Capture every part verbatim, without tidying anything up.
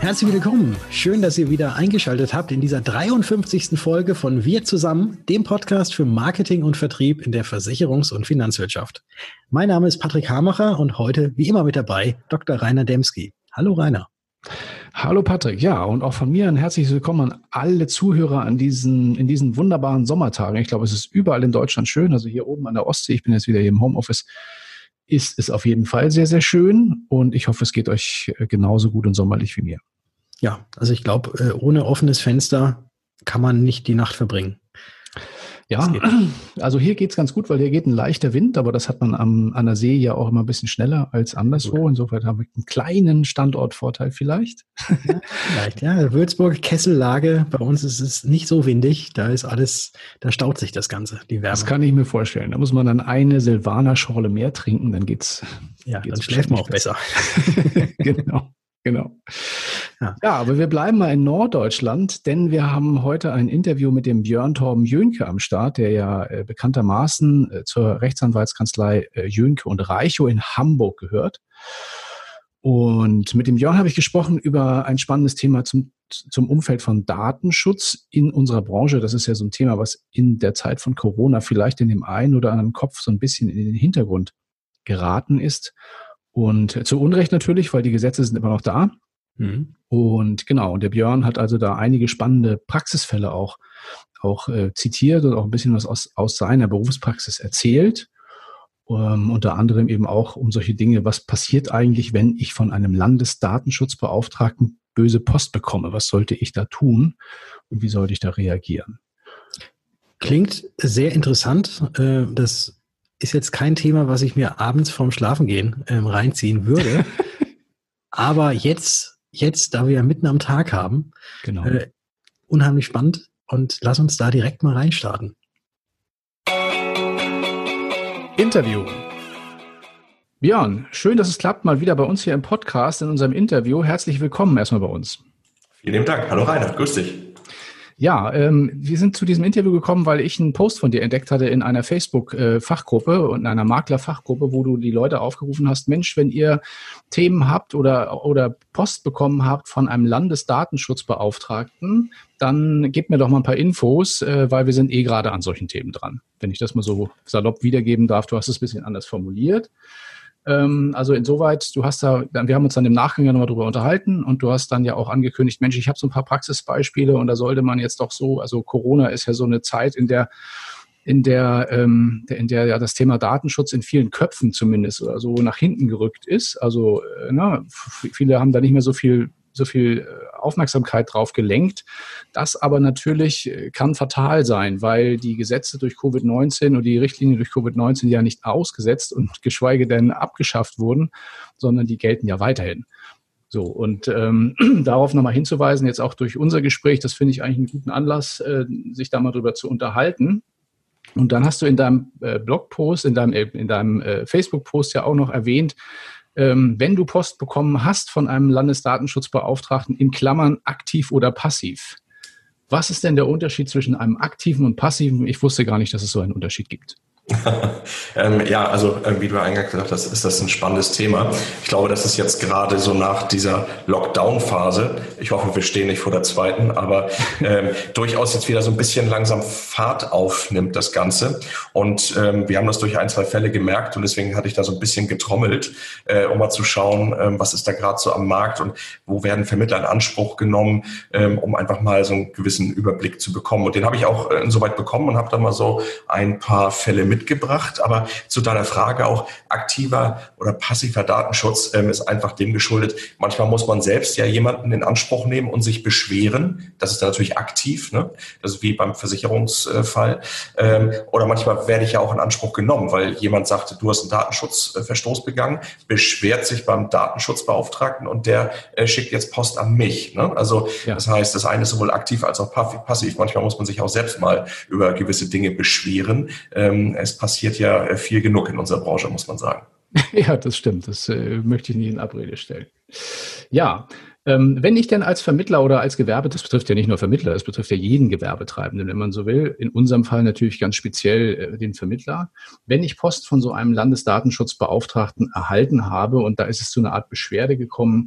Herzlich willkommen. Schön, dass ihr wieder eingeschaltet habt in dieser dreiundfünfzigsten Folge von Wir zusammen, dem Podcast für Marketing und Vertrieb in der Versicherungs- und Finanzwirtschaft. Mein Name ist Patrick Hamacher und heute wie immer mit dabei Doktor Rainer Demski. Hallo Rainer. Hallo Patrick, ja, und auch von mir ein herzliches Willkommen an alle Zuhörer an diesen, in diesen wunderbaren Sommertagen. Ich glaube, es ist überall in Deutschland schön, also hier oben an der Ostsee, ich bin jetzt wieder hier im Homeoffice, ist es auf jeden Fall sehr, sehr schön und ich hoffe, es geht euch genauso gut und sommerlich wie mir. Ja, also ich glaube, ohne offenes Fenster kann man nicht die Nacht verbringen. Ja, also hier geht's ganz gut, weil hier geht ein leichter Wind, aber das hat man am, an der See ja auch immer ein bisschen schneller als anderswo. Gut. Insofern haben wir einen kleinen Standortvorteil vielleicht. Ja, vielleicht, ja. Würzburg, Kessellage, bei uns ist es nicht so windig, da ist alles, da staut sich das Ganze, die Wärme. Das kann ich mir vorstellen. Da muss man dann eine Silvaner-Schorle mehr trinken, dann geht's. Ja, geht's dann schläft man auch besser. besser. Genau. Genau. Ja. ja, aber wir bleiben mal in Norddeutschland, denn wir haben heute ein Interview mit dem Björn Torben Jönke am Start, der ja äh, bekanntermaßen äh, zur Rechtsanwaltskanzlei äh, Jönke und Reichow in Hamburg gehört. Und mit dem Björn habe ich gesprochen über ein spannendes Thema zum, zum Umfeld von Datenschutz in unserer Branche. Das ist ja so ein Thema, was in der Zeit von Corona vielleicht in dem einen oder anderen Kopf so ein bisschen in den Hintergrund geraten ist. Und zu Unrecht natürlich, weil die Gesetze sind immer noch da. Mhm. Und genau, und der Björn hat also da einige spannende Praxisfälle auch, auch äh, zitiert und auch ein bisschen was aus, aus seiner Berufspraxis erzählt. Um, unter anderem eben auch um solche Dinge, was passiert eigentlich, wenn ich von einem Landesdatenschutzbeauftragten böse Post bekomme? Was sollte ich da tun und wie sollte ich da reagieren? Klingt sehr interessant. Äh, das ist jetzt kein Thema, was ich mir abends vorm Schlafengehen ähm, reinziehen würde. Aber jetzt, jetzt, da wir ja mitten am Tag haben, genau. äh, unheimlich spannend und lass uns da direkt mal reinstarten. Interview. Björn, schön, dass es klappt, mal wieder bei uns hier im Podcast, in unserem Interview. Herzlich willkommen erstmal bei uns. Vielen Dank. Hallo Rainer, grüß dich. Ja, ähm, wir sind zu diesem Interview gekommen, weil ich einen Post von dir entdeckt hatte in einer Facebook-Fachgruppe und in einer Makler-Fachgruppe, wo du die Leute aufgerufen hast, Mensch, wenn ihr Themen habt oder, oder Post bekommen habt von einem Landesdatenschutzbeauftragten, dann gebt mir doch mal ein paar Infos, äh, weil wir sind eh gerade an solchen Themen dran. Wenn ich das mal so salopp wiedergeben darf, du hast es ein bisschen anders formuliert. Also insoweit, du hast da, wir haben uns dann im Nachgang ja nochmal drüber unterhalten und du hast dann ja auch angekündigt, Mensch, ich habe so ein paar Praxisbeispiele und da sollte man jetzt doch so, also Corona ist ja so eine Zeit, in der, in der, ähm, in der ja das Thema Datenschutz in vielen Köpfen zumindest oder so nach hinten gerückt ist. Also äh, na, viele haben da nicht mehr so viel so viel Aufmerksamkeit drauf gelenkt. Das aber natürlich kann fatal sein, weil die Gesetze durch Covid neunzehn und die Richtlinien durch Covid neunzehn ja nicht ausgesetzt und geschweige denn abgeschafft wurden, sondern die gelten ja weiterhin. So, und ähm, darauf nochmal hinzuweisen, jetzt auch durch unser Gespräch, das finde ich eigentlich einen guten Anlass, äh, sich da mal drüber zu unterhalten. Und dann hast du in deinem äh, Blogpost, in deinem, in deinem äh, Facebook-Post ja auch noch erwähnt, wenn du Post bekommen hast von einem Landesdatenschutzbeauftragten, in Klammern aktiv oder passiv. Was ist denn der Unterschied zwischen einem aktiven und passiven? Ich wusste gar nicht, dass es so einen Unterschied gibt. ähm, ja, also äh, wie du eingangs gesagt hast, ist das ein spannendes Thema. Ich glaube, das ist jetzt gerade so nach dieser Lockdown-Phase, ich hoffe, wir stehen nicht vor der zweiten, aber ähm, durchaus jetzt wieder so ein bisschen langsam Fahrt aufnimmt das Ganze. Und ähm, wir haben das durch ein, zwei Fälle gemerkt und deswegen hatte ich da so ein bisschen getrommelt, äh, um mal zu schauen, ähm, was ist da gerade so am Markt und wo werden Vermittler in Anspruch genommen, ähm, um einfach mal so einen gewissen Überblick zu bekommen. Und den habe ich auch äh, insoweit bekommen und habe da mal so ein paar Fälle mit mitgebracht, aber zu deiner Frage auch, aktiver oder passiver Datenschutz ähm, ist einfach dem geschuldet. Manchmal muss man selbst ja jemanden in Anspruch nehmen und sich beschweren. Das ist dann natürlich aktiv, ne? Das ist wie beim Versicherungsfall. Ähm, oder manchmal werde ich ja auch in Anspruch genommen, weil jemand sagte, du hast einen Datenschutzverstoß begangen, beschwert sich beim Datenschutzbeauftragten und der äh, schickt jetzt Post an mich. Ne? Also ja. Das heißt, das eine ist sowohl aktiv als auch passiv. Manchmal muss man sich auch selbst mal über gewisse Dinge beschweren. Ähm, Es passiert ja viel genug in unserer Branche, muss man sagen. Ja, das stimmt. Das äh, möchte ich nicht in Abrede stellen. Ja, ähm, wenn ich denn als Vermittler oder als Gewerbe, das betrifft ja nicht nur Vermittler, das betrifft ja jeden Gewerbetreibenden, wenn man so will, in unserem Fall natürlich ganz speziell äh, den Vermittler, wenn ich Post von so einem Landesdatenschutzbeauftragten erhalten habe und da ist es zu einer Art Beschwerde gekommen,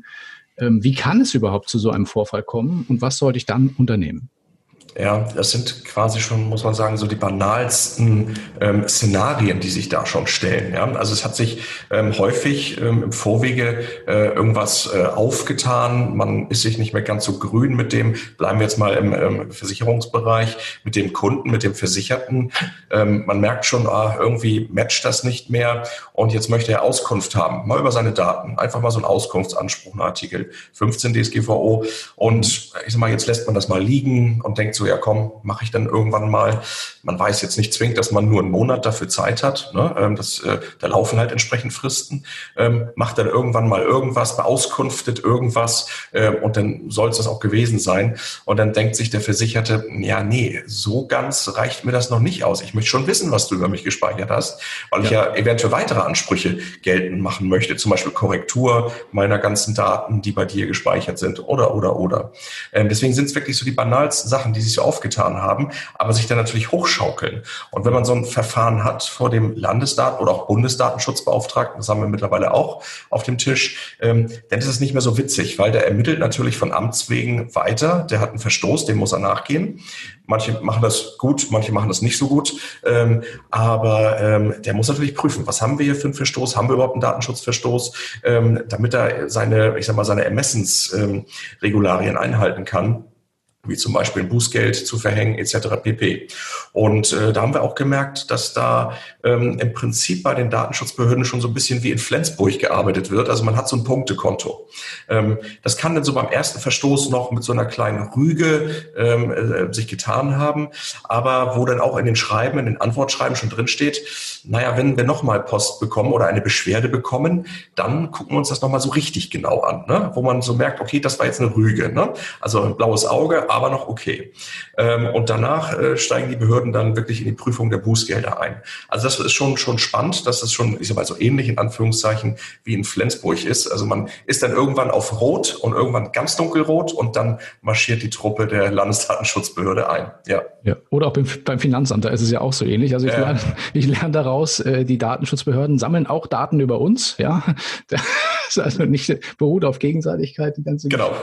Ähm, wie kann es überhaupt zu so einem Vorfall kommen und was sollte ich dann unternehmen? Ja, das sind quasi schon, muss man sagen, so die banalsten ähm, Szenarien, die sich da schon stellen. Ja? Also es hat sich ähm, häufig ähm, im Vorwege äh, irgendwas äh, aufgetan. Man ist sich nicht mehr ganz so grün mit dem, bleiben wir jetzt mal im ähm, Versicherungsbereich, mit dem Kunden, mit dem Versicherten. Ähm, man merkt schon, ah, irgendwie matcht das nicht mehr und jetzt möchte er Auskunft haben, mal über seine Daten. Einfach mal so ein Auskunftsanspruch, ein Artikel fünfzehn D S G V O. Und ich sag mal, jetzt lässt man das mal liegen und denkt so, ja komm, mache ich dann irgendwann mal. Man weiß jetzt nicht zwingend, dass man nur einen Monat dafür Zeit hat. Ne? Das, äh, da laufen halt entsprechend Fristen. Ähm, macht dann irgendwann mal irgendwas, beauskunftet irgendwas äh, und dann soll es das auch gewesen sein. Und dann denkt sich der Versicherte, ja nee, so ganz reicht mir das noch nicht aus. Ich möchte schon wissen, was du über mich gespeichert hast, weil ja. ich ja eventuell weitere Ansprüche geltend machen möchte. Zum Beispiel Korrektur meiner ganzen Daten, die bei dir gespeichert sind oder, oder, oder. Ähm, deswegen sind es wirklich so die banalsten Sachen, die sich so aufgetan haben, aber sich dann natürlich hochschaukeln. Und wenn man so ein Verfahren hat vor dem Landesdaten- oder auch Bundesdatenschutzbeauftragten, das haben wir mittlerweile auch auf dem Tisch, ähm, dann ist es nicht mehr so witzig, weil der ermittelt natürlich von Amts wegen weiter. Der hat einen Verstoß, dem muss er nachgehen. Manche machen das gut, manche machen das nicht so gut. Ähm, aber ähm, der muss natürlich prüfen, was haben wir hier für einen Verstoß? Haben wir überhaupt einen Datenschutzverstoß? Ähm, damit er seine, ich sag mal, seine Ermessensregularien ähm, einhalten kann, wie zum Beispiel ein Bußgeld zu verhängen et cetera pp. Und äh, da haben wir auch gemerkt, dass da ähm, im Prinzip bei den Datenschutzbehörden schon so ein bisschen wie in Flensburg gearbeitet wird. Also man hat so ein Punktekonto. Ähm, das kann dann so beim ersten Verstoß noch mit so einer kleinen Rüge ähm, äh, sich getan haben, aber wo dann auch in den Schreiben, in den Antwortschreiben schon drin steht, naja, wenn wir nochmal Post bekommen oder eine Beschwerde bekommen, dann gucken wir uns das nochmal so richtig genau an, ne? Wo man so merkt, okay, das war jetzt eine Rüge, ne? Also ein blaues Auge, aber noch okay. Ähm, und danach äh, steigen die Behörden dann wirklich in die Prüfung der Bußgelder ein. Also das ist schon schon spannend, dass es schon, ich sag mal, so ähnlich in Anführungszeichen wie in Flensburg ist. Also man ist dann irgendwann auf Rot und irgendwann ganz dunkelrot und dann marschiert die Truppe der Landesdatenschutzbehörde ein. Ja. Ja. Oder auch beim, beim Finanzamt, da ist es ja auch so ähnlich. Also ich, äh. lerne, ich lerne daraus, äh, die Datenschutzbehörden sammeln auch Daten über uns. Ja, das ist also nicht beruht auf Gegenseitigkeit. Die ganze genau.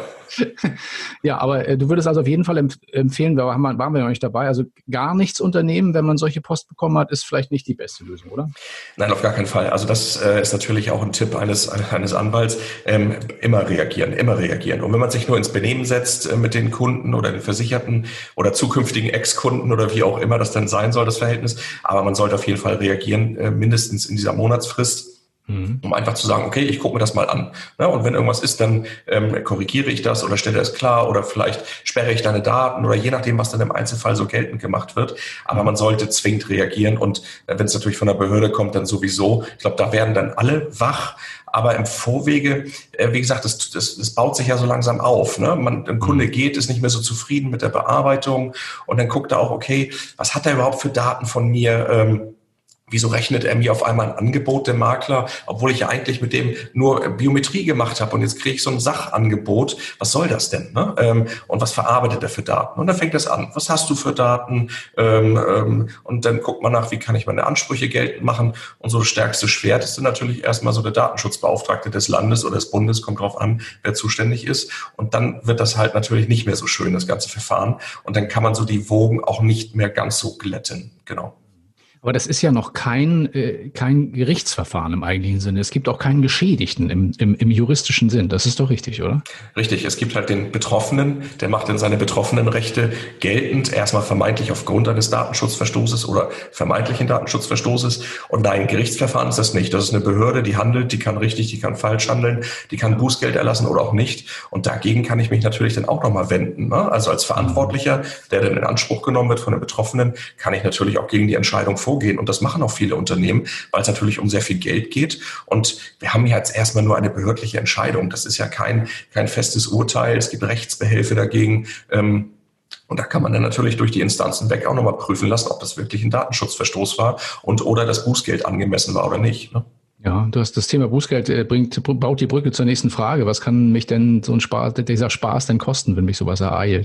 Ja, aber äh, du würdest also auf jeden Fall empf- empfehlen, da waren wir, waren wir noch nicht dabei, also gar nichts unternehmen, wenn man solche Post bekommen hat, ist vielleicht nicht die beste Lösung, oder? Nein, auf gar keinen Fall. Also das äh, ist natürlich auch ein Tipp eines eines Anwalts. Ähm, immer reagieren, immer reagieren. Und wenn man sich nur ins Benehmen setzt äh, mit den Kunden oder den Versicherten oder zukünftigen Ex-Kunden oder wie auch immer das dann sein soll, das Verhältnis, aber man sollte auf jeden Fall reagieren, äh, mindestens in dieser Monatsfrist, um einfach zu sagen, okay, ich gucke mir das mal an. Ja, und wenn irgendwas ist, dann ähm, korrigiere ich das oder stelle es klar oder vielleicht sperre ich deine Daten oder je nachdem, was dann im Einzelfall so geltend gemacht wird. Aber man sollte zwingend reagieren und äh, wenn es natürlich von der Behörde kommt, dann sowieso. Ich glaube, da werden dann alle wach. Aber im Vorwege, äh, wie gesagt, das, das, das baut sich ja so langsam auf. Ne? Man, ein Kunde geht, ist nicht mehr so zufrieden mit der Bearbeitung und dann guckt er auch, okay, was hat er überhaupt für Daten von mir? Ähm, Wieso rechnet er mir auf einmal ein Angebot, der Makler, obwohl ich ja eigentlich mit dem nur Biometrie gemacht habe und jetzt kriege ich so ein Sachangebot. Was soll das denn? Ne? Ähm, und was verarbeitet er für Daten? Und dann fängt das an. Was hast du für Daten? Ähm, ähm, und dann guckt man nach, wie kann ich meine Ansprüche geltend machen? Und so das stärkste Schwert ist dann natürlich erstmal so der Datenschutzbeauftragte des Landes oder des Bundes, kommt drauf an, wer zuständig ist. Und dann wird das halt natürlich nicht mehr so schön, das ganze Verfahren. Und dann kann man so die Wogen auch nicht mehr ganz so glätten. Genau. Aber das ist ja noch kein, äh, kein Gerichtsverfahren im eigentlichen Sinne. Es gibt auch keinen Geschädigten im, im, im juristischen Sinn. Das ist doch richtig, oder? Richtig. Es gibt halt den Betroffenen, der macht dann seine betroffenen Rechte geltend, erstmal vermeintlich aufgrund eines Datenschutzverstoßes oder vermeintlichen Datenschutzverstoßes. Und nein, Gerichtsverfahren ist das nicht. Das ist eine Behörde, die handelt, die kann richtig, die kann falsch handeln, die kann Bußgeld erlassen oder auch nicht. Und dagegen kann ich mich natürlich dann auch nochmal wenden. Ne? Also als Verantwortlicher, der dann in Anspruch genommen wird von den Betroffenen, kann ich natürlich auch gegen die Entscheidung vorgehen. Und das machen auch viele Unternehmen, weil es natürlich um sehr viel Geld geht. Und wir haben ja jetzt erstmal nur eine behördliche Entscheidung. Das ist ja kein, kein festes Urteil. Es gibt Rechtsbehelfe dagegen. Und da kann man dann natürlich durch die Instanzen weg auch nochmal prüfen lassen, ob das wirklich ein Datenschutzverstoß war und oder das Bußgeld angemessen war oder nicht. Ne? Ja, du hast das Thema Bußgeld äh, bringt, baut die Brücke zur nächsten Frage. Was kann mich denn so ein Spaß, dieser Spaß denn kosten, wenn mich sowas ereilt?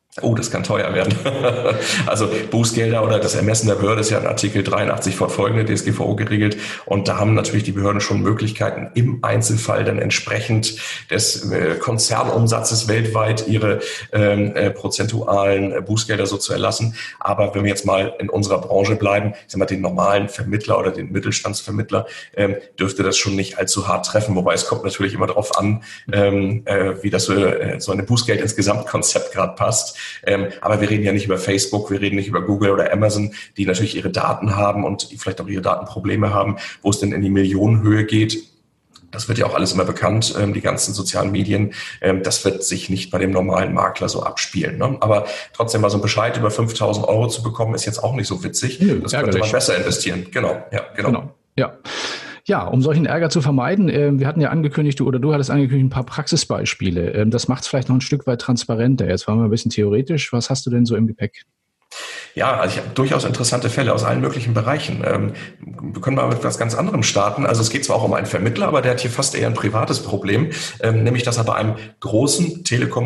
Oh, das kann teuer werden. Also Bußgelder oder das Ermessen der Behörde ist ja in Artikel dreiundachtzig fortfolgende D S G V O geregelt. Und da haben natürlich die Behörden schon Möglichkeiten, im Einzelfall dann entsprechend des äh, Konzernumsatzes weltweit ihre ähm, äh, prozentualen äh, Bußgelder so zu erlassen. Aber wenn wir jetzt mal in unserer Branche bleiben, ich sag mal, den normalen Vermittler oder den Mittelstandsvermittler, ähm, dürfte das schon nicht allzu hart treffen. Wobei es kommt natürlich immer darauf an, ähm, äh, wie das so, äh, so eine Bußgeld ins Gesamtkonzept gerade passt. Ähm, aber wir reden ja nicht über Facebook, wir reden nicht über Google oder Amazon, die natürlich ihre Daten haben und die vielleicht auch ihre Datenprobleme haben, wo es denn in die Millionenhöhe geht. Das wird ja auch alles immer bekannt, ähm, die ganzen sozialen Medien. Ähm, das wird sich nicht bei dem normalen Makler so abspielen. Ne? Aber trotzdem mal so ein Bescheid über fünftausend Euro zu bekommen, ist jetzt auch nicht so witzig. Nö, das ärgerlich. Könnte man besser investieren. Genau, ja, genau. genau. Ja. Ja, um solchen Ärger zu vermeiden, äh, wir hatten ja angekündigt, du oder du hattest angekündigt, ein paar Praxisbeispiele. Ähm, das macht es vielleicht noch ein Stück weit transparenter. Jetzt waren wir ein bisschen theoretisch. Was hast du denn so im Gepäck? Ja, also ich habe durchaus interessante Fälle aus allen möglichen Bereichen. Ähm, wir können mal mit etwas ganz anderem starten. Also es geht zwar auch um einen Vermittler, aber der hat hier fast eher ein privates Problem, ähm, nämlich dass er bei einem großen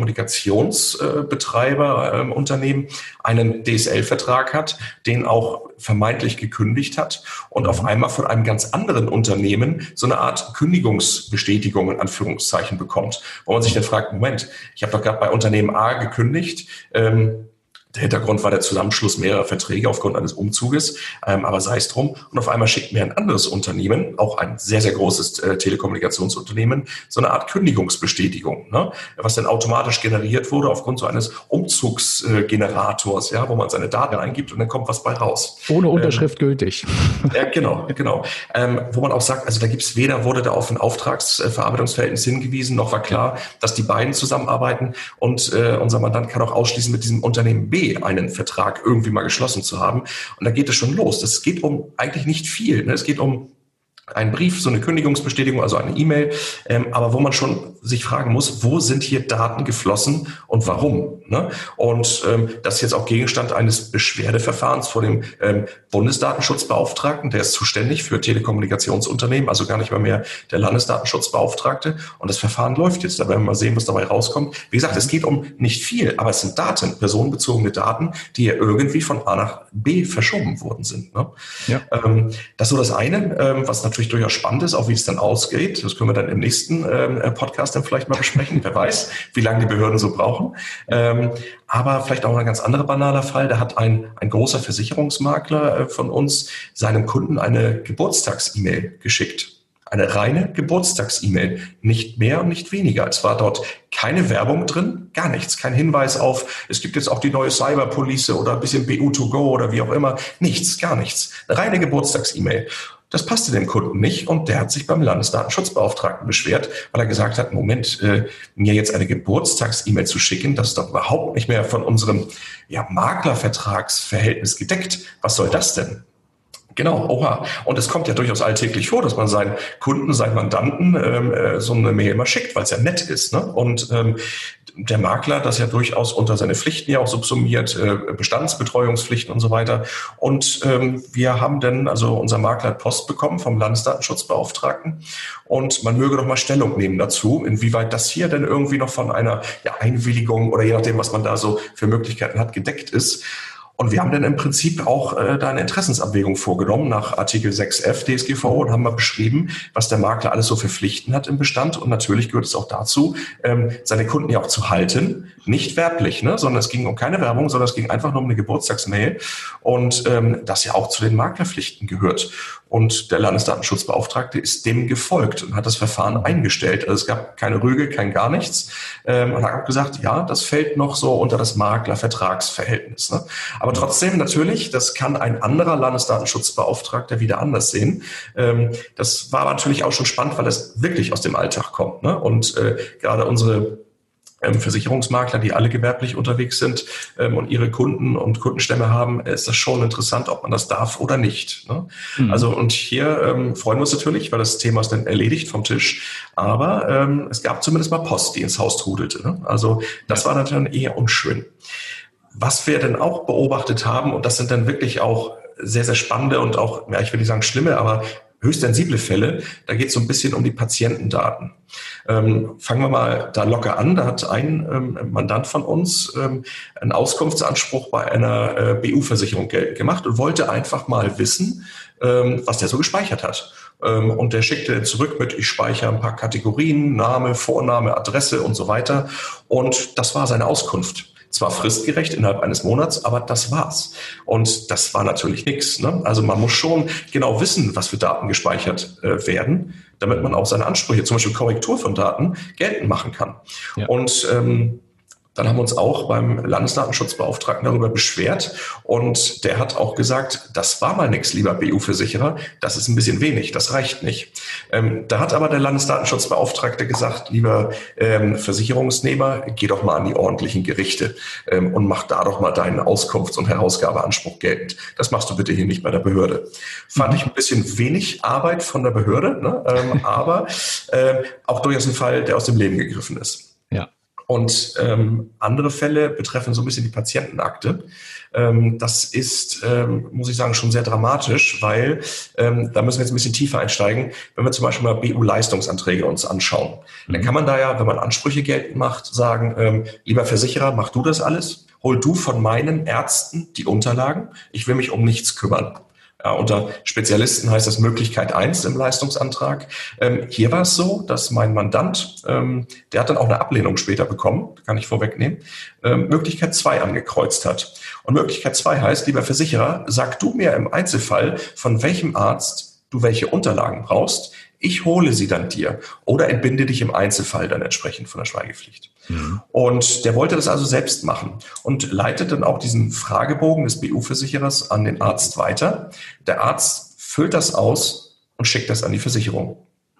Telekommunikationsbetreiber, ähm, Unternehmen einen D S L-Vertrag hat, den auch vermeintlich gekündigt hat und auf einmal von einem ganz anderen Unternehmen so eine Art Kündigungsbestätigung in Anführungszeichen bekommt, wo man sich dann fragt, Moment, ich habe doch gerade bei Unternehmen A gekündigt, ähm, der Hintergrund war der Zusammenschluss mehrerer Verträge aufgrund eines Umzuges, ähm, aber sei es drum. Und auf einmal schickt mir ein anderes Unternehmen, auch ein sehr, sehr großes äh, Telekommunikationsunternehmen, so eine Art Kündigungsbestätigung, ne? Was dann automatisch generiert wurde aufgrund so eines Umzugsgenerators, äh, ja, wo man seine Daten eingibt und dann kommt was bei raus. Ohne Unterschrift ähm, gültig. Ja, genau, genau. Ähm, wo man auch sagt, also da gibt es weder wurde da auf ein Auftragsverarbeitungsverhältnis hingewiesen, noch war klar, dass die beiden zusammenarbeiten und äh, unser Mandant kann auch ausschließen, mit diesem Unternehmen B einen Vertrag irgendwie mal geschlossen zu haben. Und da geht es schon los. Das geht um eigentlich nicht viel. Ne? Es geht um einen Brief, so eine Kündigungsbestätigung, also eine E-Mail, ähm, aber wo man schon sich fragen muss, wo sind hier Daten geflossen und warum? Ne? Und ähm, das ist jetzt auch Gegenstand eines Beschwerdeverfahrens vor dem ähm, Bundesdatenschutzbeauftragten, der ist zuständig für Telekommunikationsunternehmen, also gar nicht mal mehr der Landesdatenschutzbeauftragte. Und das Verfahren läuft jetzt. Da werden wir mal sehen, was dabei rauskommt. Wie gesagt, es geht um nicht viel, aber es sind Daten, personenbezogene Daten, die ja irgendwie von A nach B verschoben worden sind. Ne? Ja. Ähm, das ist so das eine, ähm, was natürlich durchaus spannend ist, auch wie es dann ausgeht. Das können wir dann im nächsten ähm, Podcast dann vielleicht mal besprechen. Wer weiß, wie lange die Behörden so brauchen. Ähm, aber vielleicht auch ein ganz anderer banaler Fall. Da hat ein, ein großer Versicherungsmakler äh, von uns seinem Kunden eine Geburtstags-E-Mail geschickt. Eine reine Geburtstags-E-Mail, nicht mehr und nicht weniger. Es war dort keine Werbung drin, gar nichts. Kein Hinweis auf, es gibt jetzt auch die neue Cyberpolice oder ein bisschen B U to go oder wie auch immer. Nichts, gar nichts. Eine reine Geburtstags-E-Mail. Das passte dem Kunden nicht und der hat sich beim Landesdatenschutzbeauftragten beschwert, weil er gesagt hat, Moment, äh, mir jetzt eine Geburtstags-E-Mail zu schicken, das ist doch überhaupt nicht mehr von unserem ja, Maklervertragsverhältnis gedeckt. Was soll das denn? Genau, oha. Und es kommt ja durchaus alltäglich vor, dass man seinen Kunden, seinen Mandanten ähm, so eine Mail mal schickt, weil es ja nett ist. Ne? Und ähm, der Makler das ja durchaus unter seine Pflichten ja auch subsumiert, äh, Bestandsbetreuungspflichten und so weiter. Und ähm, wir haben dann, also unser Makler hat Post bekommen vom Landesdatenschutzbeauftragten und man möge doch mal Stellung nehmen dazu, inwieweit das hier denn irgendwie noch von einer ja, Einwilligung oder je nachdem, was man da so für Möglichkeiten hat, gedeckt ist. Und wir haben dann im Prinzip auch äh, da eine Interessensabwägung vorgenommen nach Artikel sechs F D S G V O und haben mal beschrieben, was der Makler alles so für Pflichten hat im Bestand. Und natürlich gehört es auch dazu, ähm, seine Kunden ja auch zu halten, nicht werblich, ne, sondern es ging um keine Werbung, sondern es ging einfach nur um eine Geburtstagsmail und ähm, das ja auch zu den Maklerpflichten gehört. Und der Landesdatenschutzbeauftragte ist dem gefolgt und hat das Verfahren eingestellt. Also es gab keine Rüge, kein gar nichts. Ähm, und hat auch gesagt, ja, das fällt noch so unter das Maklervertragsverhältnis. Ne? Aber trotzdem natürlich, das kann ein anderer Landesdatenschutzbeauftragter wieder anders sehen. Ähm, das war aber natürlich auch schon spannend, weil das wirklich aus dem Alltag kommt. Ne? Und äh, gerade unsere ähm, Versicherungsmakler, die alle gewerblich unterwegs sind ähm, und ihre Kunden und Kundenstämme haben, ist das schon interessant, ob man das darf oder nicht. Ne? Mhm. Also und hier ähm, freuen wir uns natürlich, weil das Thema ist dann erledigt vom Tisch. Aber ähm, es gab zumindest mal Post, die ins Haus trudelte. Ne? Also das war dann eher unschön. Was wir dann auch beobachtet haben, und das sind dann wirklich auch sehr, sehr spannende und auch, ja, ich will nicht sagen schlimme, aber höchst sensible Fälle, da geht es so ein bisschen um die Patientendaten. Ähm, fangen wir mal da locker an. Da hat ein ähm, Mandant von uns ähm, einen Auskunftsanspruch bei einer äh, B U-Versicherung geltend gemacht und wollte einfach mal wissen, ähm, was der so gespeichert hat. Ähm, und der schickte zurück mit, ich speichere ein paar Kategorien, Name, Vorname, Adresse und so weiter. Und das war seine Auskunft. Zwar fristgerecht innerhalb eines Monats, aber das war's. Und das war natürlich nichts. Ne? Also man muss schon genau wissen, was für Daten gespeichert äh, werden, damit man auch seine Ansprüche, zum Beispiel Korrektur von Daten, geltend machen kann. Ja. Und ähm, dann haben wir uns auch beim Landesdatenschutzbeauftragten darüber beschwert und der hat auch gesagt, das war mal nichts, lieber B U-Versicherer, das ist ein bisschen wenig, das reicht nicht. Ähm, da hat aber der Landesdatenschutzbeauftragte gesagt, lieber ähm, Versicherungsnehmer, geh doch mal an die ordentlichen Gerichte ähm, und mach da doch mal deinen Auskunfts- und Herausgabeanspruch geltend. Das machst du bitte hier nicht bei der Behörde. Fand mhm. ich ein bisschen wenig Arbeit von der Behörde, ne? ähm, aber äh, auch durchaus ein Fall, der aus dem Leben gegriffen ist. Ja. Und ähm, andere Fälle betreffen so ein bisschen die Patientenakte. Ähm, das ist, ähm, muss ich sagen, schon sehr dramatisch, weil ähm, da müssen wir jetzt ein bisschen tiefer einsteigen. Wenn wir zum Beispiel mal B U-Leistungsanträge uns anschauen, mhm. dann kann man da ja, wenn man Ansprüche geltend macht, sagen, ähm, lieber Versicherer, mach du das alles, hol du von meinen Ärzten die Unterlagen, ich will mich um nichts kümmern. Ja, unter Spezialisten heißt das Möglichkeit eins im Leistungsantrag. Ähm, hier war es so, dass mein Mandant, ähm, der hat dann auch eine Ablehnung später bekommen, kann ich vorwegnehmen, ähm, Möglichkeit zwei angekreuzt hat. Und Möglichkeit zwei heißt, lieber Versicherer, sag du mir im Einzelfall, von welchem Arzt du welche Unterlagen brauchst. Ich hole sie dann dir oder entbinde dich im Einzelfall dann entsprechend von der Schweigepflicht. Mhm. Und der wollte das also selbst machen und leitet dann auch diesen Fragebogen des B U-Versicherers an den Arzt weiter. Der Arzt füllt das aus und schickt das an die Versicherung.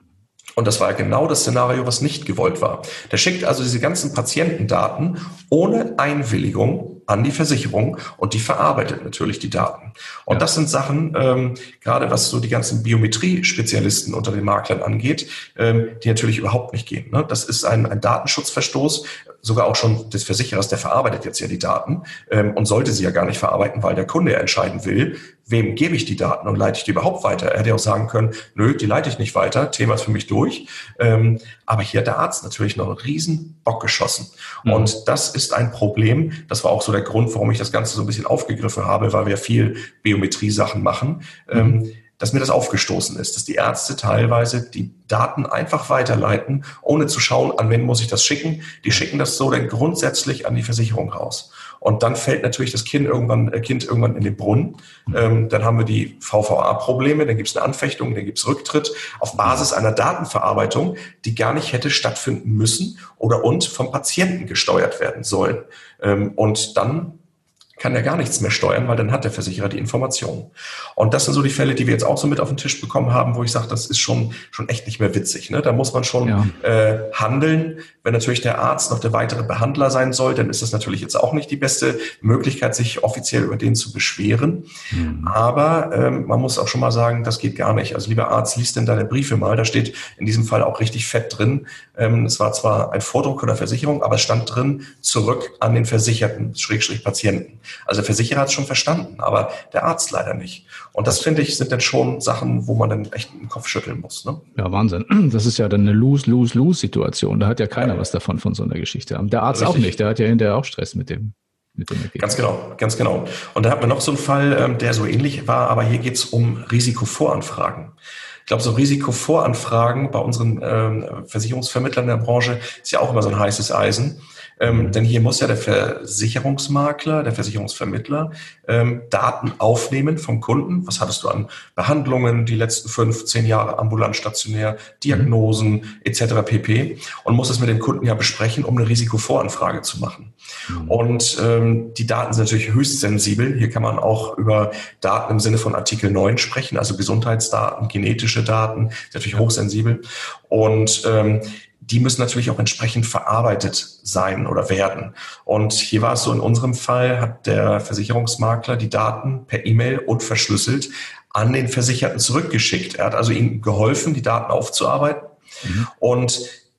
Und das war genau das Szenario, was nicht gewollt war. Der schickt also diese ganzen Patientendaten ohne Einwilligung an die Versicherung und die verarbeitet natürlich die Daten. Und ja. das sind Sachen, ähm, gerade was so die ganzen Biometrie-Spezialisten unter den Maklern angeht, ähm, die natürlich überhaupt nicht gehen. Ne? Das ist ein, ein Datenschutzverstoß, sogar auch schon des Versicherers, der verarbeitet jetzt ja die Daten ähm, und sollte sie ja gar nicht verarbeiten, weil der Kunde ja entscheiden will, wem gebe ich die Daten und leite ich die überhaupt weiter. Er hätte ja auch sagen können, nö, die leite ich nicht weiter, Thema ist für mich durch. Ähm, aber hier hat der Arzt natürlich noch einen riesen Bock geschossen. Mhm. Und das ist ein Problem. Das war auch so der Grund, warum ich das Ganze so ein bisschen aufgegriffen habe, weil wir viel Biometrie-Sachen machen, mhm. ähm, dass mir das aufgestoßen ist, dass die Ärzte teilweise die Daten einfach weiterleiten, ohne zu schauen, an wen muss ich das schicken. Die schicken das so dann grundsätzlich an die Versicherung raus. Und dann fällt natürlich das Kind irgendwann, äh, Kind irgendwann in den Brunnen. Ähm, dann haben wir die V V A-Probleme, dann gibt es eine Anfechtung, dann gibt es Rücktritt auf Basis einer Datenverarbeitung, die gar nicht hätte stattfinden müssen oder und vom Patienten gesteuert werden sollen. Ähm, und dann kann er gar nichts mehr steuern, weil dann hat der Versicherer die Informationen. Und das sind so die Fälle, die wir jetzt auch so mit auf den Tisch bekommen haben, wo ich sage, das ist schon schon echt nicht mehr witzig. Ne? Da muss man schon ja. äh, handeln. Wenn natürlich der Arzt noch der weitere Behandler sein soll, dann ist das natürlich jetzt auch nicht die beste Möglichkeit, sich offiziell über den zu beschweren. Mhm. Aber ähm, man muss auch schon mal sagen, das geht gar nicht. Also lieber Arzt, lies denn deine Briefe mal. Da steht in diesem Fall auch richtig fett drin. Ähm, es war zwar ein Vordruck oder Versicherung, aber es stand drin, zurück an den Versicherten, Schrägstrich Patienten. Also der Versicherer hat es schon verstanden, aber der Arzt leider nicht. Und das, finde ich, sind dann schon Sachen, wo man dann echt den Kopf schütteln muss. Ne? Ja, Wahnsinn. Das ist ja dann eine Lose-Lose-Lose-Situation. Da hat ja keiner ja. was davon von so einer Geschichte. Der Arzt Richtig. Auch nicht. Der hat ja hinterher auch Stress mit dem. Mit dem Ergebnis. Ganz genau, ganz genau. Und da hat man noch so einen Fall, der so ähnlich war, aber hier geht es um Risikovoranfragen. Ich glaube, so Risikovoranfragen bei unseren ähm, Versicherungsvermittlern in der Branche ist ja auch immer so ein heißes Eisen. Ähm, denn hier muss ja der Versicherungsmakler, der Versicherungsvermittler ähm, Daten aufnehmen vom Kunden. Was hattest du an Behandlungen die letzten fünf, zehn Jahre ambulant, stationär, Diagnosen mhm. et cetera pp. Und muss es mit dem Kunden ja besprechen, um eine Risikovoranfrage zu machen. Mhm. Und ähm, die Daten sind natürlich höchst sensibel. Hier kann man auch über Daten im Sinne von Artikel neun sprechen, also Gesundheitsdaten, genetische Daten, ist natürlich hochsensibel. Und ähm, die müssen natürlich auch entsprechend verarbeitet sein oder werden. Und hier war es so, in unserem Fall hat der Versicherungsmakler die Daten per E-Mail und verschlüsselt an den Versicherten zurückgeschickt. Er hat also ihnen geholfen, die Daten aufzuarbeiten. Mhm. Und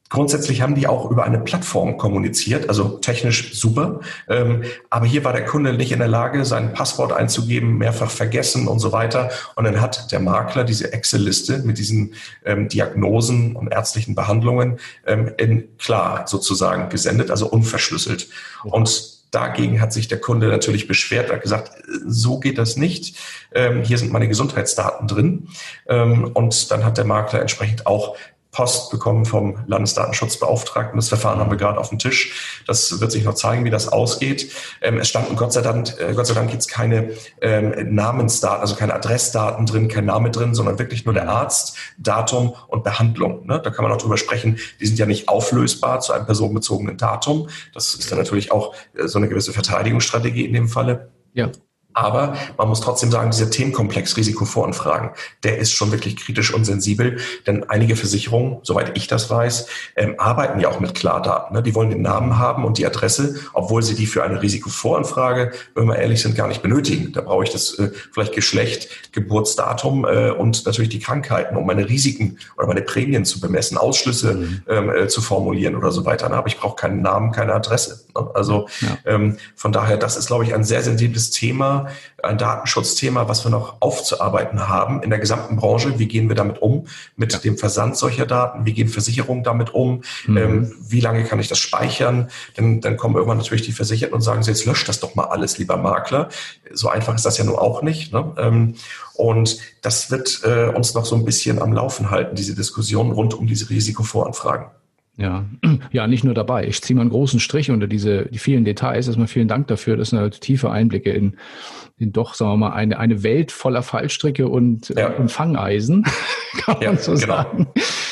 Grundsätzlich haben die auch über eine Plattform kommuniziert, also technisch super. Ähm, aber hier war der Kunde nicht in der Lage, sein Passwort einzugeben, mehrfach vergessen und so weiter. Und dann hat der Makler diese Excel-Liste mit diesen ähm, Diagnosen und ärztlichen Behandlungen ähm, in klar sozusagen gesendet, also unverschlüsselt. Und dagegen hat sich der Kunde natürlich beschwert. Er hat gesagt, so geht das nicht. Ähm, hier sind meine Gesundheitsdaten drin. Ähm, und dann hat der Makler entsprechend auch Post bekommen vom Landesdatenschutzbeauftragten. Das Verfahren haben wir gerade auf dem Tisch. Das wird sich noch zeigen, wie das ausgeht. Ähm, es standen Gott sei Dank, äh, Gott sei Dank jetzt keine ähm, Namensdaten, also keine Adressdaten drin, kein Name drin, sondern wirklich nur der Arzt, Datum und Behandlung. Ne? Da kann man auch drüber sprechen. Die sind ja nicht auflösbar zu einem personenbezogenen Datum. Das ist dann natürlich auch äh, so eine gewisse Verteidigungsstrategie in dem Falle. Ja. Aber man muss trotzdem sagen, dieser Themenkomplex Risikovoranfragen, der ist schon wirklich kritisch und sensibel, denn einige Versicherungen, soweit ich das weiß, ähm, arbeiten ja auch mit Klardaten. Ne? Die wollen den Namen haben und die Adresse, obwohl sie die für eine Risikovoranfrage, wenn wir ehrlich sind, gar nicht benötigen. Da brauche ich das äh, vielleicht Geschlecht, Geburtsdatum äh, und natürlich die Krankheiten, um meine Risiken oder meine Prämien zu bemessen, Ausschlüsse mhm. ähm, äh, zu formulieren oder so weiter. Ne? Aber ich brauche keinen Namen, keine Adresse. Ne? Also ja. ähm, von daher, das ist, glaube ich, ein sehr sensibles Thema, ein Datenschutzthema, was wir noch aufzuarbeiten haben in der gesamten Branche. Wie gehen wir damit um, mit ja. dem Versand solcher Daten? Wie gehen Versicherungen damit um? Mhm. Ähm, wie lange kann ich das speichern? Denn dann kommen irgendwann natürlich die Versicherten und sagen, jetzt löscht das doch mal alles, lieber Makler. So einfach ist das ja nun auch nicht. Ne? Ähm, und das wird äh, uns noch so ein bisschen am Laufen halten, diese Diskussion rund um diese Risikovoranfragen. Ja, ja, nicht nur dabei. Ich ziehe mal einen großen Strich unter diese die vielen Details. Erstmal vielen Dank dafür. Das sind halt tiefe Einblicke in, in doch, sagen wir mal, eine, eine Welt voller Fallstricke und, ja. und Fangeisen, kann man ja, so genau. sagen.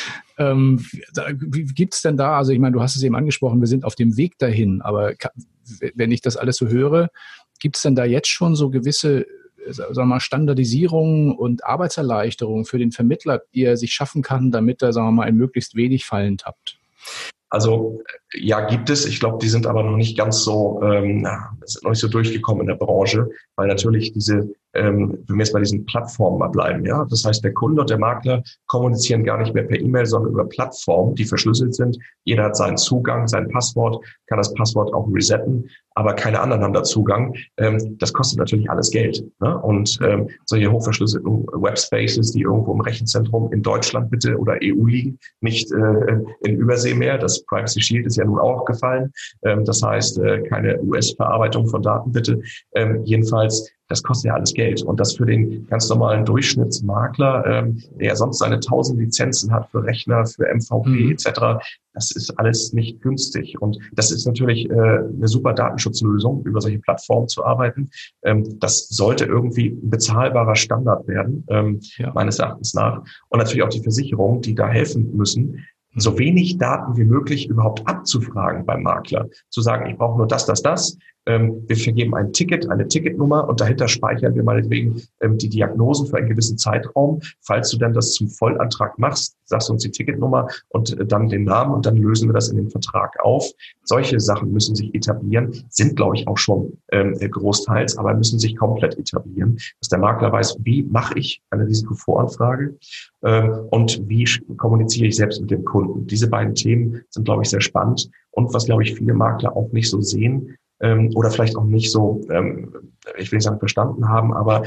Ähm, wie gibt's denn da, also ich meine, du hast es eben angesprochen, wir sind auf dem Weg dahin, aber wenn ich das alles so höre, gibt's denn da jetzt schon so gewisse, sagen wir mal, Standardisierungen und Arbeitserleichterungen für den Vermittler, die er sich schaffen kann, damit er, sagen wir mal, in möglichst wenig Fallen tappt? Also ja, gibt es. Ich glaube, die sind aber noch nicht ganz so, ähm, sind noch nicht so durchgekommen in der Branche, weil natürlich diese, ähm, wenn wir jetzt bei diesen Plattformen mal bleiben, ja, das heißt, der Kunde und der Makler kommunizieren gar nicht mehr per E-Mail, sondern über Plattformen, die verschlüsselt sind. Jeder hat seinen Zugang, sein Passwort, kann das Passwort auch resetten, aber keine anderen haben da Zugang. Ähm, das kostet natürlich alles Geld. Ne? Und ähm, solche hochverschlüsselten Webspaces, die irgendwo im Rechenzentrum in Deutschland bitte oder E U liegen, nicht äh, in Übersee mehr. Das Privacy Shield ist ja nun auch gefallen. Ähm, das heißt, äh, keine U S-Verarbeitung von Daten bitte. Ähm, jedenfalls, das kostet ja alles Geld. Und das für den ganz normalen Durchschnittsmakler, ähm, der ja sonst seine tausend Lizenzen hat für Rechner, für M V P mhm. et cetera, das ist alles nicht günstig. Und das ist natürlich äh, eine super Datenschutzlösung, über solche Plattformen zu arbeiten. Ähm, das sollte irgendwie ein bezahlbarer Standard werden, ähm, ja. meines Erachtens nach. Und natürlich auch die Versicherungen, die da helfen müssen, so wenig Daten wie möglich überhaupt abzufragen beim Makler. Zu sagen, ich brauche nur das, das, das. Ähm, wir vergeben ein Ticket, eine Ticketnummer und dahinter speichern wir meinetwegen ähm, die Diagnosen für einen gewissen Zeitraum. Falls du dann das zum Vollantrag machst, sagst du uns die Ticketnummer und äh, dann den Namen und dann lösen wir das in dem Vertrag auf. Solche Sachen müssen sich etablieren, sind, glaube ich, auch schon ähm, großteils, aber müssen sich komplett etablieren, dass der Makler weiß, wie mache ich eine Risikovoranfrage ähm, und wie kommuniziere ich selbst mit dem Kunden. Diese beiden Themen sind, glaube ich, sehr spannend und was, glaube ich, viele Makler auch nicht so sehen, Ähm, oder vielleicht auch nicht so, ähm, ich will nicht sagen verstanden haben, aber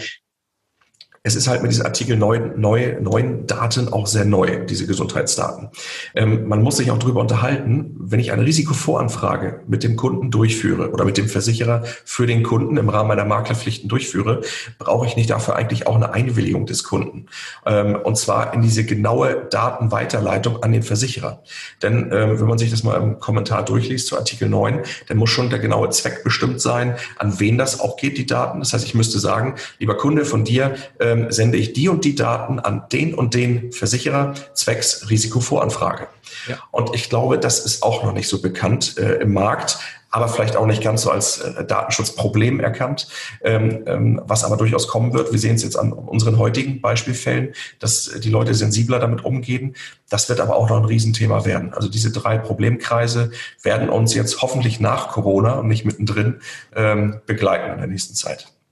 es ist halt mit diesem Artikel neun, neu, neuen Daten auch sehr neu, diese Gesundheitsdaten. Ähm, man muss sich auch darüber unterhalten, wenn ich eine Risikovoranfrage mit dem Kunden durchführe oder mit dem Versicherer für den Kunden im Rahmen meiner Maklerpflichten durchführe, brauche ich nicht dafür eigentlich auch eine Einwilligung des Kunden. Ähm, und zwar in diese genaue Datenweiterleitung an den Versicherer. Denn ähm, wenn man sich das mal im Kommentar durchliest zu Artikel neun, dann muss schon der genaue Zweck bestimmt sein, an wen das auch geht, die Daten. Das heißt, ich müsste sagen, lieber Kunde, von dir äh, sende ich die und die Daten an den und den Versicherer zwecks Risikovoranfrage. Ja. Und ich glaube, das ist auch noch nicht so bekannt äh, im Markt, aber vielleicht auch nicht ganz so als äh, Datenschutzproblem erkannt, ähm, ähm, was aber durchaus kommen wird. Wir sehen es jetzt an unseren heutigen Beispielfällen, dass die Leute sensibler damit umgehen. Das wird aber auch noch ein Riesenthema werden. Also diese drei Problemkreise werden uns jetzt hoffentlich nach Corona und nicht mittendrin ähm, begleiten in der nächsten Zeit.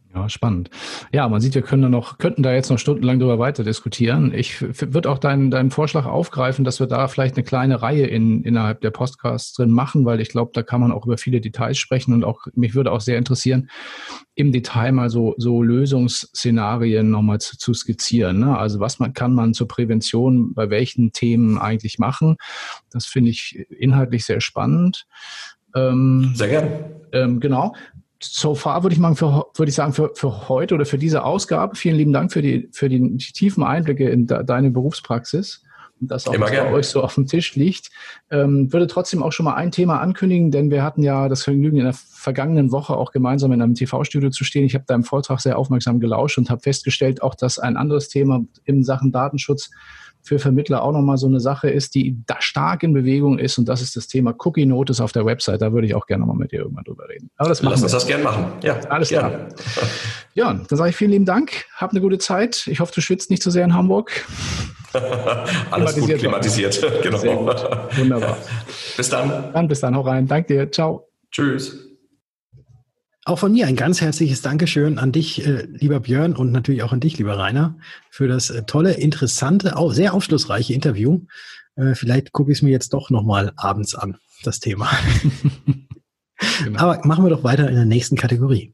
Ja, spannend. Ja, man sieht, wir können da noch, könnten da jetzt noch stundenlang drüber weiter diskutieren. Ich würde auch deinen, deinen Vorschlag aufgreifen, dass wir da vielleicht eine kleine Reihe in, innerhalb der Podcasts drin machen, weil ich glaube, da kann man auch über viele Details sprechen und auch, mich würde auch sehr interessieren, im Detail mal so, so Lösungsszenarien nochmal zu, zu skizzieren. Ne? Also was man, kann man zur Prävention bei welchen Themen eigentlich machen? Das finde ich inhaltlich sehr spannend. Ähm, sehr gerne. Ähm, genau. So far würde ich mal für, würde ich sagen, für, für heute oder für diese Ausgabe. Vielen lieben Dank für die, für die, die tiefen Einblicke in de, deine Berufspraxis und das auch, was bei euch so auf dem Tisch liegt. Ähm, würde trotzdem auch schon mal ein Thema ankündigen, denn wir hatten ja das Vergnügen, in der vergangenen Woche auch gemeinsam in einem T V-Studio zu stehen. Ich habe deinem Vortrag sehr aufmerksam gelauscht und habe festgestellt, auch dass ein anderes Thema in Sachen Datenschutz für Vermittler auch nochmal so eine Sache ist, die da stark in Bewegung ist, und das ist das Thema Cookie Notice auf der Website. Da würde ich auch gerne mal mit dir irgendwann drüber reden. Aber das machen Lass wir. uns das gerne machen. Ja, alles klar. Gerne. Ja, dann sage ich vielen lieben Dank. Hab eine gute Zeit. Ich hoffe, du schwitzt nicht so sehr in Hamburg. Alles gut klimatisiert. Genau. Sehr gut. Wunderbar. Bis dann. Dann bis dann. Hau rein. Danke dir. Ciao. Tschüss. Auch von mir ein ganz herzliches Dankeschön an dich, äh, lieber Björn, und natürlich auch an dich, lieber Rainer, für das äh, tolle, interessante, auch sehr aufschlussreiche Interview. Äh, vielleicht gucke ich es mir jetzt doch nochmal abends an, das Thema. Genau. Aber machen wir doch weiter in der nächsten Kategorie.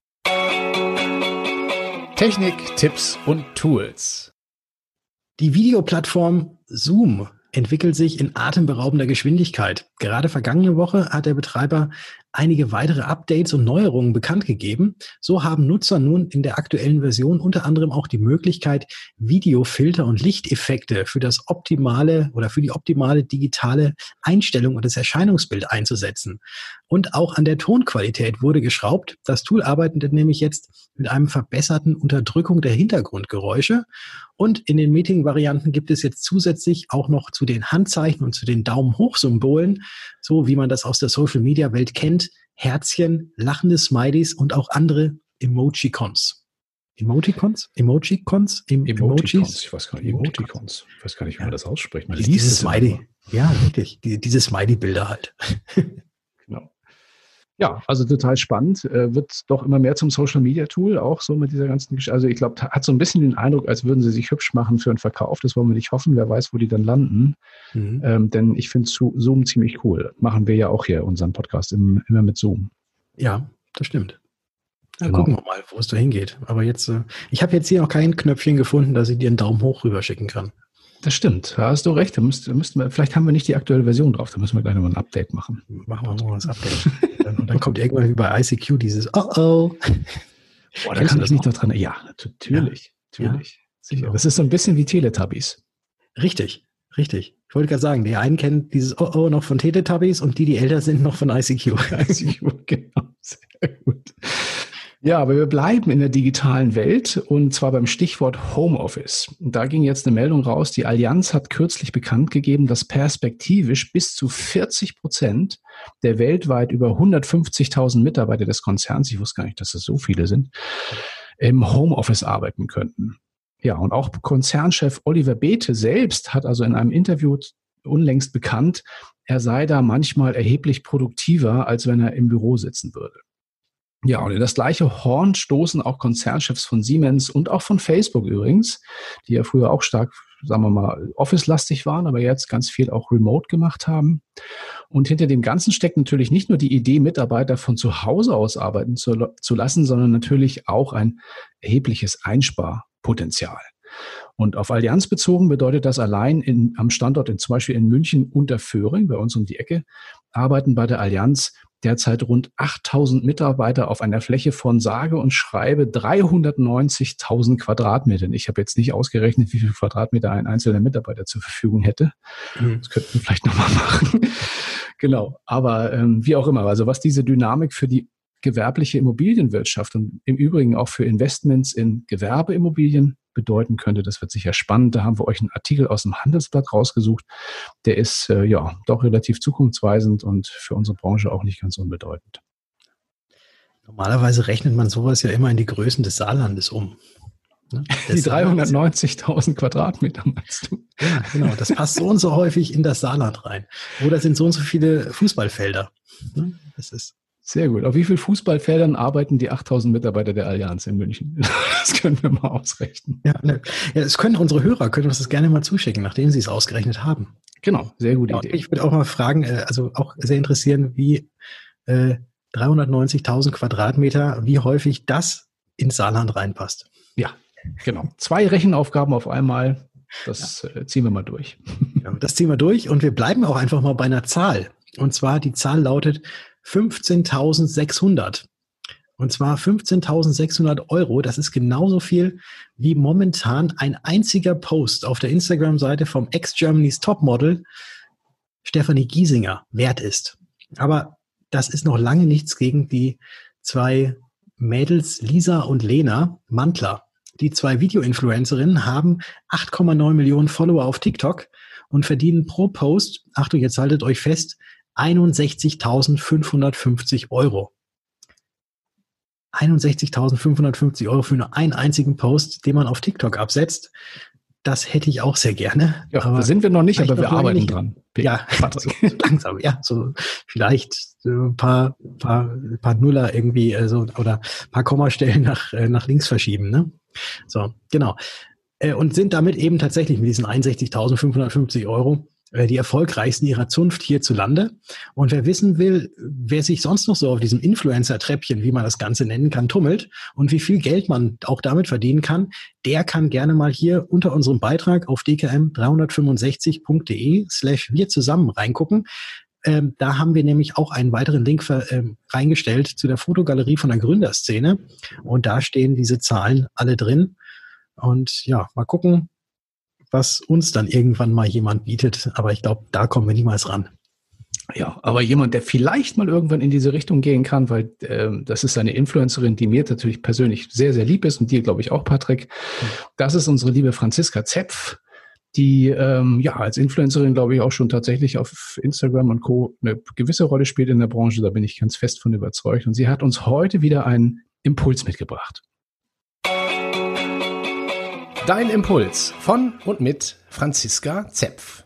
Technik, Tipps und Tools. Die Videoplattform Zoom entwickelt sich in atemberaubender Geschwindigkeit. Gerade vergangene Woche hat der Betreiber einige weitere Updates und Neuerungen bekannt gegeben. So haben Nutzer nun in der aktuellen Version unter anderem auch die Möglichkeit, Videofilter und Lichteffekte für das optimale oder für die optimale digitale Einstellung und das Erscheinungsbild einzusetzen. Und auch an der Tonqualität wurde geschraubt. Das Tool arbeitet nämlich jetzt mit einem verbesserten Unterdrückung der Hintergrundgeräusche. Und in den Meeting-Varianten gibt es jetzt zusätzlich auch noch zu den Handzeichen und zu den Daumen-hoch-Symbolen, so wie man das aus der Social-Media-Welt kennt, Herzchen, lachende Smileys und auch andere Emojicons. Emoticons? Emojicons? Em Emoticons? Ich weiß gar nicht, Emoticons. Ich weiß gar nicht, wie man ja. das ausspricht. Man liest diese Smiley. Ja, wirklich. Die, diese Smiley-Bilder halt. Genau. Ja, also total spannend. Äh, wird doch immer mehr zum Social-Media-Tool, auch so mit dieser ganzen Geschichte. Also ich glaube, hat so ein bisschen den Eindruck, als würden sie sich hübsch machen für einen Verkauf. Das wollen wir nicht hoffen. Wer weiß, wo die dann landen. Mhm. Ähm, denn ich finde Zoom ziemlich cool. Machen wir ja auch hier unseren Podcast im, immer mit Zoom. Ja, das stimmt. Ja, genau. Gucken wir mal, wo es da hingeht. Aber jetzt, äh, ich habe jetzt hier noch kein Knöpfchen gefunden, dass ich dir einen Daumen hoch rüberschicken kann. Das stimmt, da hast du recht. Da müsst, da müssten wir, vielleicht haben wir nicht die aktuelle Version drauf, da müssen wir gleich nochmal ein Update machen. Machen wir mal das Update. dann, und dann kommt irgendwann wie bei I C Q dieses Oh-oh. Boah, da kann ich nicht noch dran. Ja, natürlich. Ja. Natürlich. Ja. Sicher. Das ist so ein bisschen wie Teletubbies. Richtig, richtig. Ich wollte gerade sagen, die einen kennen dieses Oh-oh noch von Teletubbies und die, die älter sind, noch von I C Q. I C Q, genau. Sehr gut. Ja, aber wir bleiben in der digitalen Welt und zwar beim Stichwort Homeoffice. Da ging jetzt eine Meldung raus, die Allianz hat kürzlich bekannt gegeben, dass perspektivisch bis zu vierzig Prozent der weltweit über hundertfünfzigtausend Mitarbeiter des Konzerns, ich wusste gar nicht, dass es so viele sind, im Homeoffice arbeiten könnten. Ja, und auch Konzernchef Oliver Bäte selbst hat also in einem Interview unlängst bekannt, er sei da manchmal erheblich produktiver, als wenn er im Büro sitzen würde. Ja, und in das gleiche Horn stoßen auch Konzernchefs von Siemens und auch von Facebook übrigens, die ja früher auch stark, sagen wir mal, Office-lastig waren, aber jetzt ganz viel auch remote gemacht haben. Und hinter dem Ganzen steckt natürlich nicht nur die Idee, Mitarbeiter von zu Hause aus arbeiten zu, zu lassen, sondern natürlich auch ein erhebliches Einsparpotenzial. Und auf Allianz bezogen bedeutet das allein in, am Standort in, zum Beispiel in München Unterföhring, bei uns um die Ecke, arbeiten bei der Allianz derzeit rund achttausend Mitarbeiter auf einer Fläche von sage und schreibe dreihundertneunzigtausend Quadratmetern. Ich habe jetzt nicht ausgerechnet, wie viel Quadratmeter ein einzelner Mitarbeiter zur Verfügung hätte. Mhm. Das könnten wir vielleicht nochmal machen. Genau, aber ähm, wie auch immer. Also was diese Dynamik für die gewerbliche Immobilienwirtschaft und im Übrigen auch für Investments in Gewerbeimmobilien bedeuten könnte, das wird sicher spannend. Da haben wir euch einen Artikel aus dem Handelsblatt rausgesucht. Der ist äh, ja doch relativ zukunftsweisend und für unsere Branche auch nicht ganz unbedeutend. Normalerweise rechnet man sowas ja immer in die Größen des Saarlandes um. Ne? Die dreihundertneunzigtausend Quadratmeter meinst du? Ja, genau. Das passt so und so häufig in das Saarland rein. Oder sind so und so viele Fußballfelder. Ne? Das ist Sehr gut. Auf wie vielen Fußballfeldern arbeiten die achttausend Mitarbeiter der Allianz in München? Das können wir mal ausrechnen. Ja, ne, ja, es können unsere Hörer, können uns das gerne mal zuschicken, nachdem sie es ausgerechnet haben. Genau, sehr gute Ja, Idee. ich würde auch mal fragen, also auch sehr interessieren, wie äh, dreihundertneunzigtausend Quadratmeter, wie häufig das ins Saarland reinpasst. Ja, genau. Zwei Rechenaufgaben auf einmal, das ja. äh, ziehen wir mal durch. Ja, das ziehen wir durch und wir bleiben auch einfach mal bei einer Zahl. Und zwar, die Zahl lautet fünfzehntausendsechshundert. Und zwar fünfzehntausendsechshundert Euro. Das ist genauso viel, wie momentan ein einziger Post auf der Instagram-Seite vom Ex-Germany's Topmodel Stefanie Giesinger wert ist. Aber das ist noch lange nichts gegen die zwei Mädels Lisa und Lena Mantler. Die zwei Video-Influencerinnen haben acht Komma neun Millionen Follower auf TikTok und verdienen pro Post, Achtung, jetzt haltet euch fest, einundsechzigtausendfünfhundertfünfzig Euro. einundsechzigtausendfünfhundertfünfzig Euro für nur einen einzigen Post, den man auf TikTok absetzt. Das hätte ich auch sehr gerne. Ja, aber da sind wir noch nicht, aber wir arbeiten nicht dran. Ja, so, so langsam, ja, so vielleicht so ein paar, paar, paar Nuller irgendwie, also, oder ein paar Kommastellen nach, nach links verschieben, ne? So, genau. Und sind damit eben tatsächlich mit diesen einundsechzigtausendfünfhundertfünfzig Euro die erfolgreichsten ihrer Zunft hierzulande. Und wer wissen will, wer sich sonst noch so auf diesem Influencer-Treppchen, wie man das Ganze nennen kann, tummelt und wie viel Geld man auch damit verdienen kann, der kann gerne mal hier unter unserem Beitrag auf d k m dreihundertfünfundsechzig punkt d e slash wir zusammen reingucken. Ähm, da haben wir nämlich auch einen weiteren Link für, ähm, reingestellt zu der Fotogalerie von der Gründerszene. Und da stehen diese Zahlen alle drin. Und ja, mal gucken, was uns dann irgendwann mal jemand bietet. Aber ich glaube, da kommen wir niemals ran. Ja, aber jemand, der vielleicht mal irgendwann in diese Richtung gehen kann, weil ähm, das ist eine Influencerin, die mir natürlich persönlich sehr, sehr lieb ist und dir, glaube ich, auch, Patrick. Das ist unsere liebe Franziska Zepf, die ähm, ja als Influencerin, glaube ich, auch schon tatsächlich auf Instagram und Co. eine gewisse Rolle spielt in der Branche. Da bin ich ganz fest von überzeugt. Und sie hat uns heute wieder einen Impuls mitgebracht. Dein Impuls von und mit Franziska Zepf.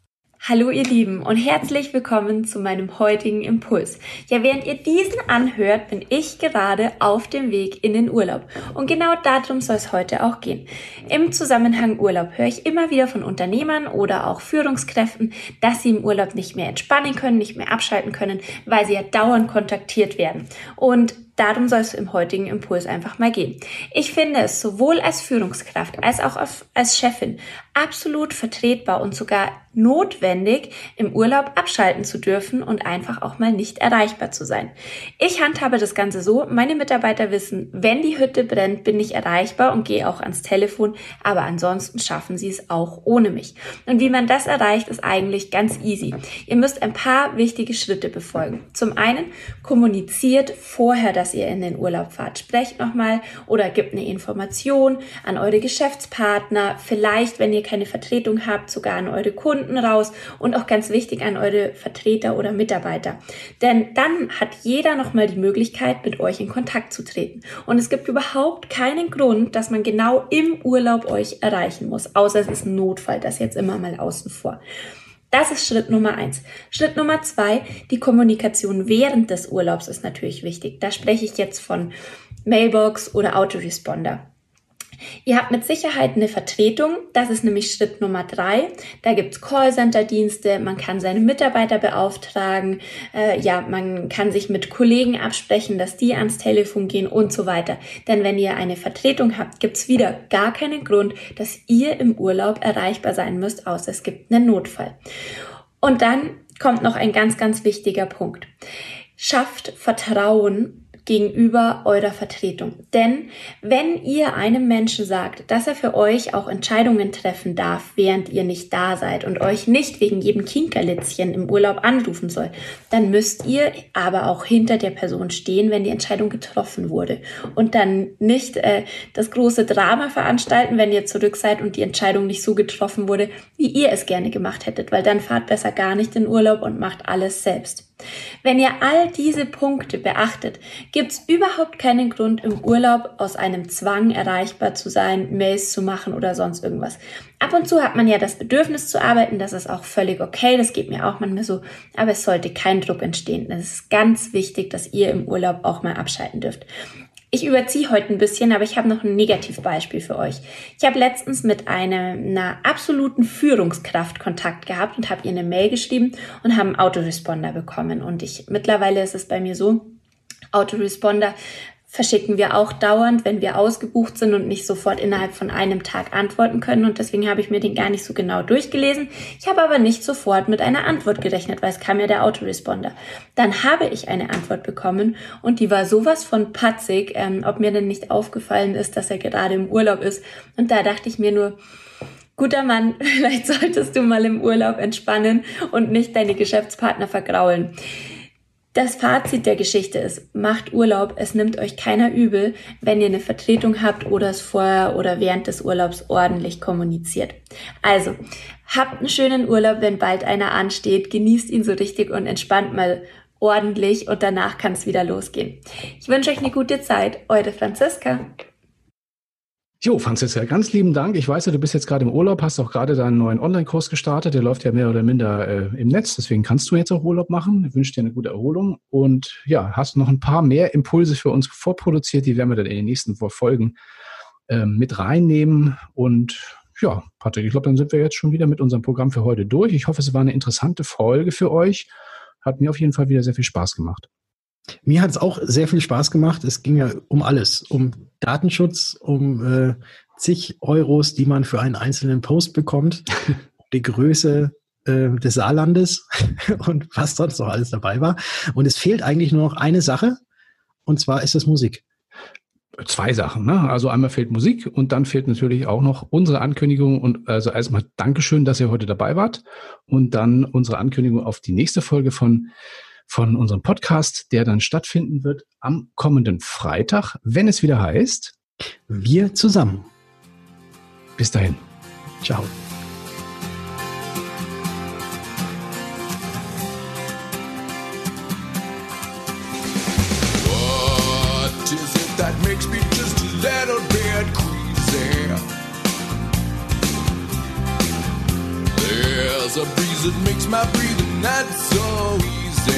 Hallo ihr Lieben und herzlich willkommen zu meinem heutigen Impuls. Ja, während ihr diesen anhört, bin ich gerade auf dem Weg in den Urlaub. Und genau darum soll es heute auch gehen. Im Zusammenhang Urlaub höre ich immer wieder von Unternehmern oder auch Führungskräften, dass sie im Urlaub nicht mehr entspannen können, nicht mehr abschalten können, weil sie ja dauernd kontaktiert werden. Und darum soll es im heutigen Impuls einfach mal gehen. Ich finde es sowohl als Führungskraft als auch als Chefin absolut vertretbar und sogar notwendig, im Urlaub abschalten zu dürfen und einfach auch mal nicht erreichbar zu sein. Ich handhabe das Ganze so, meine Mitarbeiter wissen, wenn die Hütte brennt, bin ich erreichbar und gehe auch ans Telefon, aber ansonsten schaffen sie es auch ohne mich. Und wie man das erreicht, ist eigentlich ganz easy. Ihr müsst ein paar wichtige Schritte befolgen. Zum einen kommuniziert vorher, dass ihr in den Urlaub fahrt. Sprecht nochmal oder gebt eine Information an eure Geschäftspartner, vielleicht, wenn ihr keine Vertretung habt, sogar an eure Kunden raus und auch ganz wichtig an eure Vertreter oder Mitarbeiter. Denn dann hat jeder nochmal die Möglichkeit, mit euch in Kontakt zu treten. Und es gibt überhaupt keinen Grund, dass man genau im Urlaub euch erreichen muss, außer es ist ein Notfall, das jetzt immer mal außen vor. Das ist Schritt Nummer eins. Schritt Nummer zwei, die Kommunikation während des Urlaubs ist natürlich wichtig. Da spreche ich jetzt von Mailbox oder Autoresponder. Ihr habt mit Sicherheit eine Vertretung, das ist nämlich Schritt Nummer drei. Da gibt's Callcenter-Dienste, man kann seine Mitarbeiter beauftragen, äh, ja, man kann sich mit Kollegen absprechen, dass die ans Telefon gehen und so weiter. Denn wenn ihr eine Vertretung habt, gibt's wieder gar keinen Grund, dass ihr im Urlaub erreichbar sein müsst, außer es gibt einen Notfall. Und dann kommt noch ein ganz, ganz wichtiger Punkt. Schafft Vertrauen gegenüber eurer Vertretung. Denn wenn ihr einem Menschen sagt, dass er für euch auch Entscheidungen treffen darf, während ihr nicht da seid und euch nicht wegen jedem Kinkerlitzchen im Urlaub anrufen soll, dann müsst ihr aber auch hinter der Person stehen, wenn die Entscheidung getroffen wurde und dann nicht äh, das große Drama veranstalten, wenn ihr zurück seid und die Entscheidung nicht so getroffen wurde, wie ihr es gerne gemacht hättet, weil dann fahrt besser gar nicht in Urlaub und macht alles selbst. Wenn ihr all diese Punkte beachtet, gibt es überhaupt keinen Grund, im Urlaub aus einem Zwang erreichbar zu sein, Mails zu machen oder sonst irgendwas. Ab und zu hat man ja das Bedürfnis zu arbeiten, das ist auch völlig okay, das geht mir auch manchmal so, aber es sollte kein Druck entstehen. Es ist ganz wichtig, dass ihr im Urlaub auch mal abschalten dürft. Ich überziehe heute ein bisschen, aber ich habe noch ein Negativbeispiel für euch. Ich habe letztens mit einer, einer absoluten Führungskraft Kontakt gehabt und habe ihr eine Mail geschrieben und habe einen Autoresponder bekommen. Und ich mittlerweile ist es bei mir so, Autoresponder verschicken wir auch dauernd, wenn wir ausgebucht sind und nicht sofort innerhalb von einem Tag antworten können. Und deswegen habe ich mir den gar nicht so genau durchgelesen. Ich habe aber nicht sofort mit einer Antwort gerechnet, weil es kam ja der Autoresponder. Dann habe ich eine Antwort bekommen und die war sowas von patzig, ähm, ob mir denn nicht aufgefallen ist, dass er gerade im Urlaub ist. Und da dachte ich mir nur, guter Mann, vielleicht solltest du mal im Urlaub entspannen und nicht deine Geschäftspartner vergraulen. Das Fazit der Geschichte ist, macht Urlaub, es nimmt euch keiner übel, wenn ihr eine Vertretung habt oder es vorher oder während des Urlaubs ordentlich kommuniziert. Also, habt einen schönen Urlaub, wenn bald einer ansteht, genießt ihn so richtig und entspannt mal ordentlich und danach kann es wieder losgehen. Ich wünsche euch eine gute Zeit, eure Franziska. Jo, Franziska, ganz lieben Dank. Ich weiß ja, du bist jetzt gerade im Urlaub, hast auch gerade deinen neuen Online-Kurs gestartet. Der läuft ja mehr oder minder äh, im Netz, deswegen kannst du jetzt auch Urlaub machen. Ich wünsche dir eine gute Erholung und ja, hast noch ein paar mehr Impulse für uns vorproduziert, die werden wir dann in den nächsten Folgen äh, mit reinnehmen. Und ja, Patrick, ich glaube, dann sind wir jetzt schon wieder mit unserem Programm für heute durch. Ich hoffe, es war eine interessante Folge für euch. Hat mir auf jeden Fall wieder sehr viel Spaß gemacht. Mir hat es auch sehr viel Spaß gemacht. Es ging ja um alles, um Datenschutz, um äh, zig Euros, die man für einen einzelnen Post bekommt, die Größe äh, des Saarlandes und was sonst noch alles dabei war. Und es fehlt eigentlich nur noch eine Sache, und zwar ist es Musik. Zwei Sachen, ne? Also einmal fehlt Musik und dann fehlt natürlich auch noch unsere Ankündigung und also erstmal Dankeschön, dass ihr heute dabei wart und dann unsere Ankündigung auf die nächste Folge von von unserem Podcast, der dann stattfinden wird am kommenden Freitag, wenn es wieder heißt Wir zusammen. Bis dahin. Ciao. What is it that makes me just a little bit queasy? There's a breeze that makes my breathing not so easy.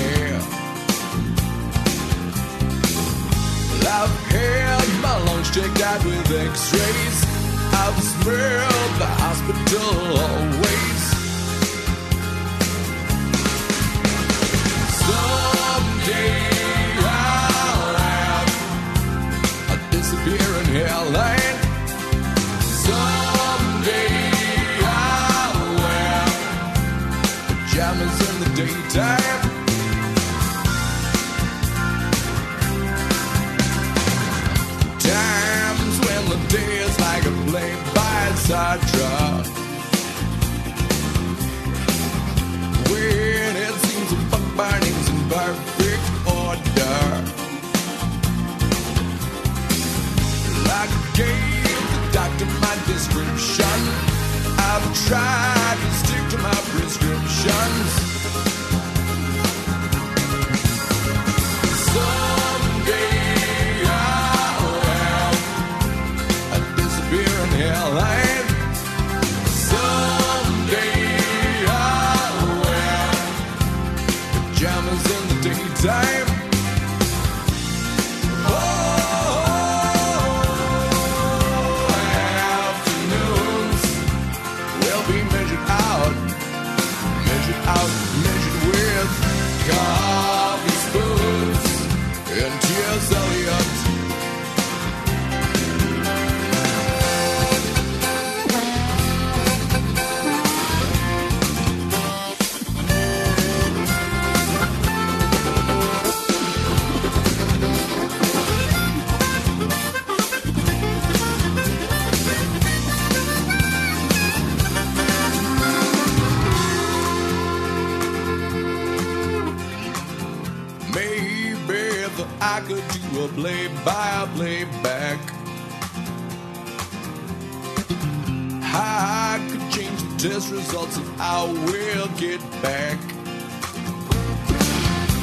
Well, I've had my lungs checked out with x-rays. I've smelled the hospital always. Someday I'll have a disappearing hairline. Someday I'll wear pajamas in the daytime. Times when the day is like a play-by-side truck, when it seems the buck burning's in perfect order. Like I gave the doctor my description, I've tried to stick to my prescriptions. Hairline. Someday I'll wear pajamas in the daytime. Oh, afternoons will be measured out, measured out, measured with coffee spoons and T S Eliot. I could do a play-by-play back. I could change the test results if I will get back.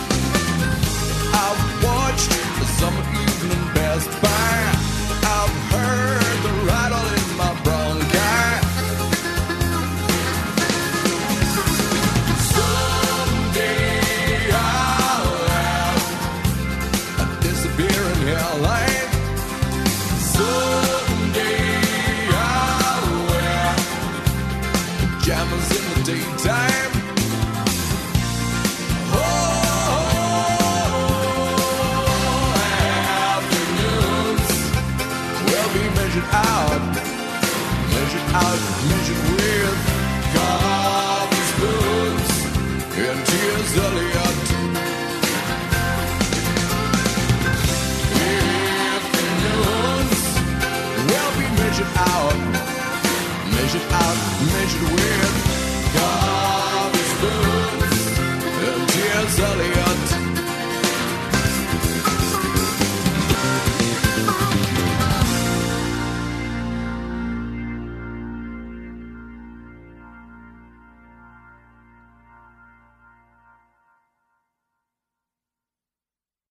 as Elliot. Afternoons will be measured out, measured out, measured with God.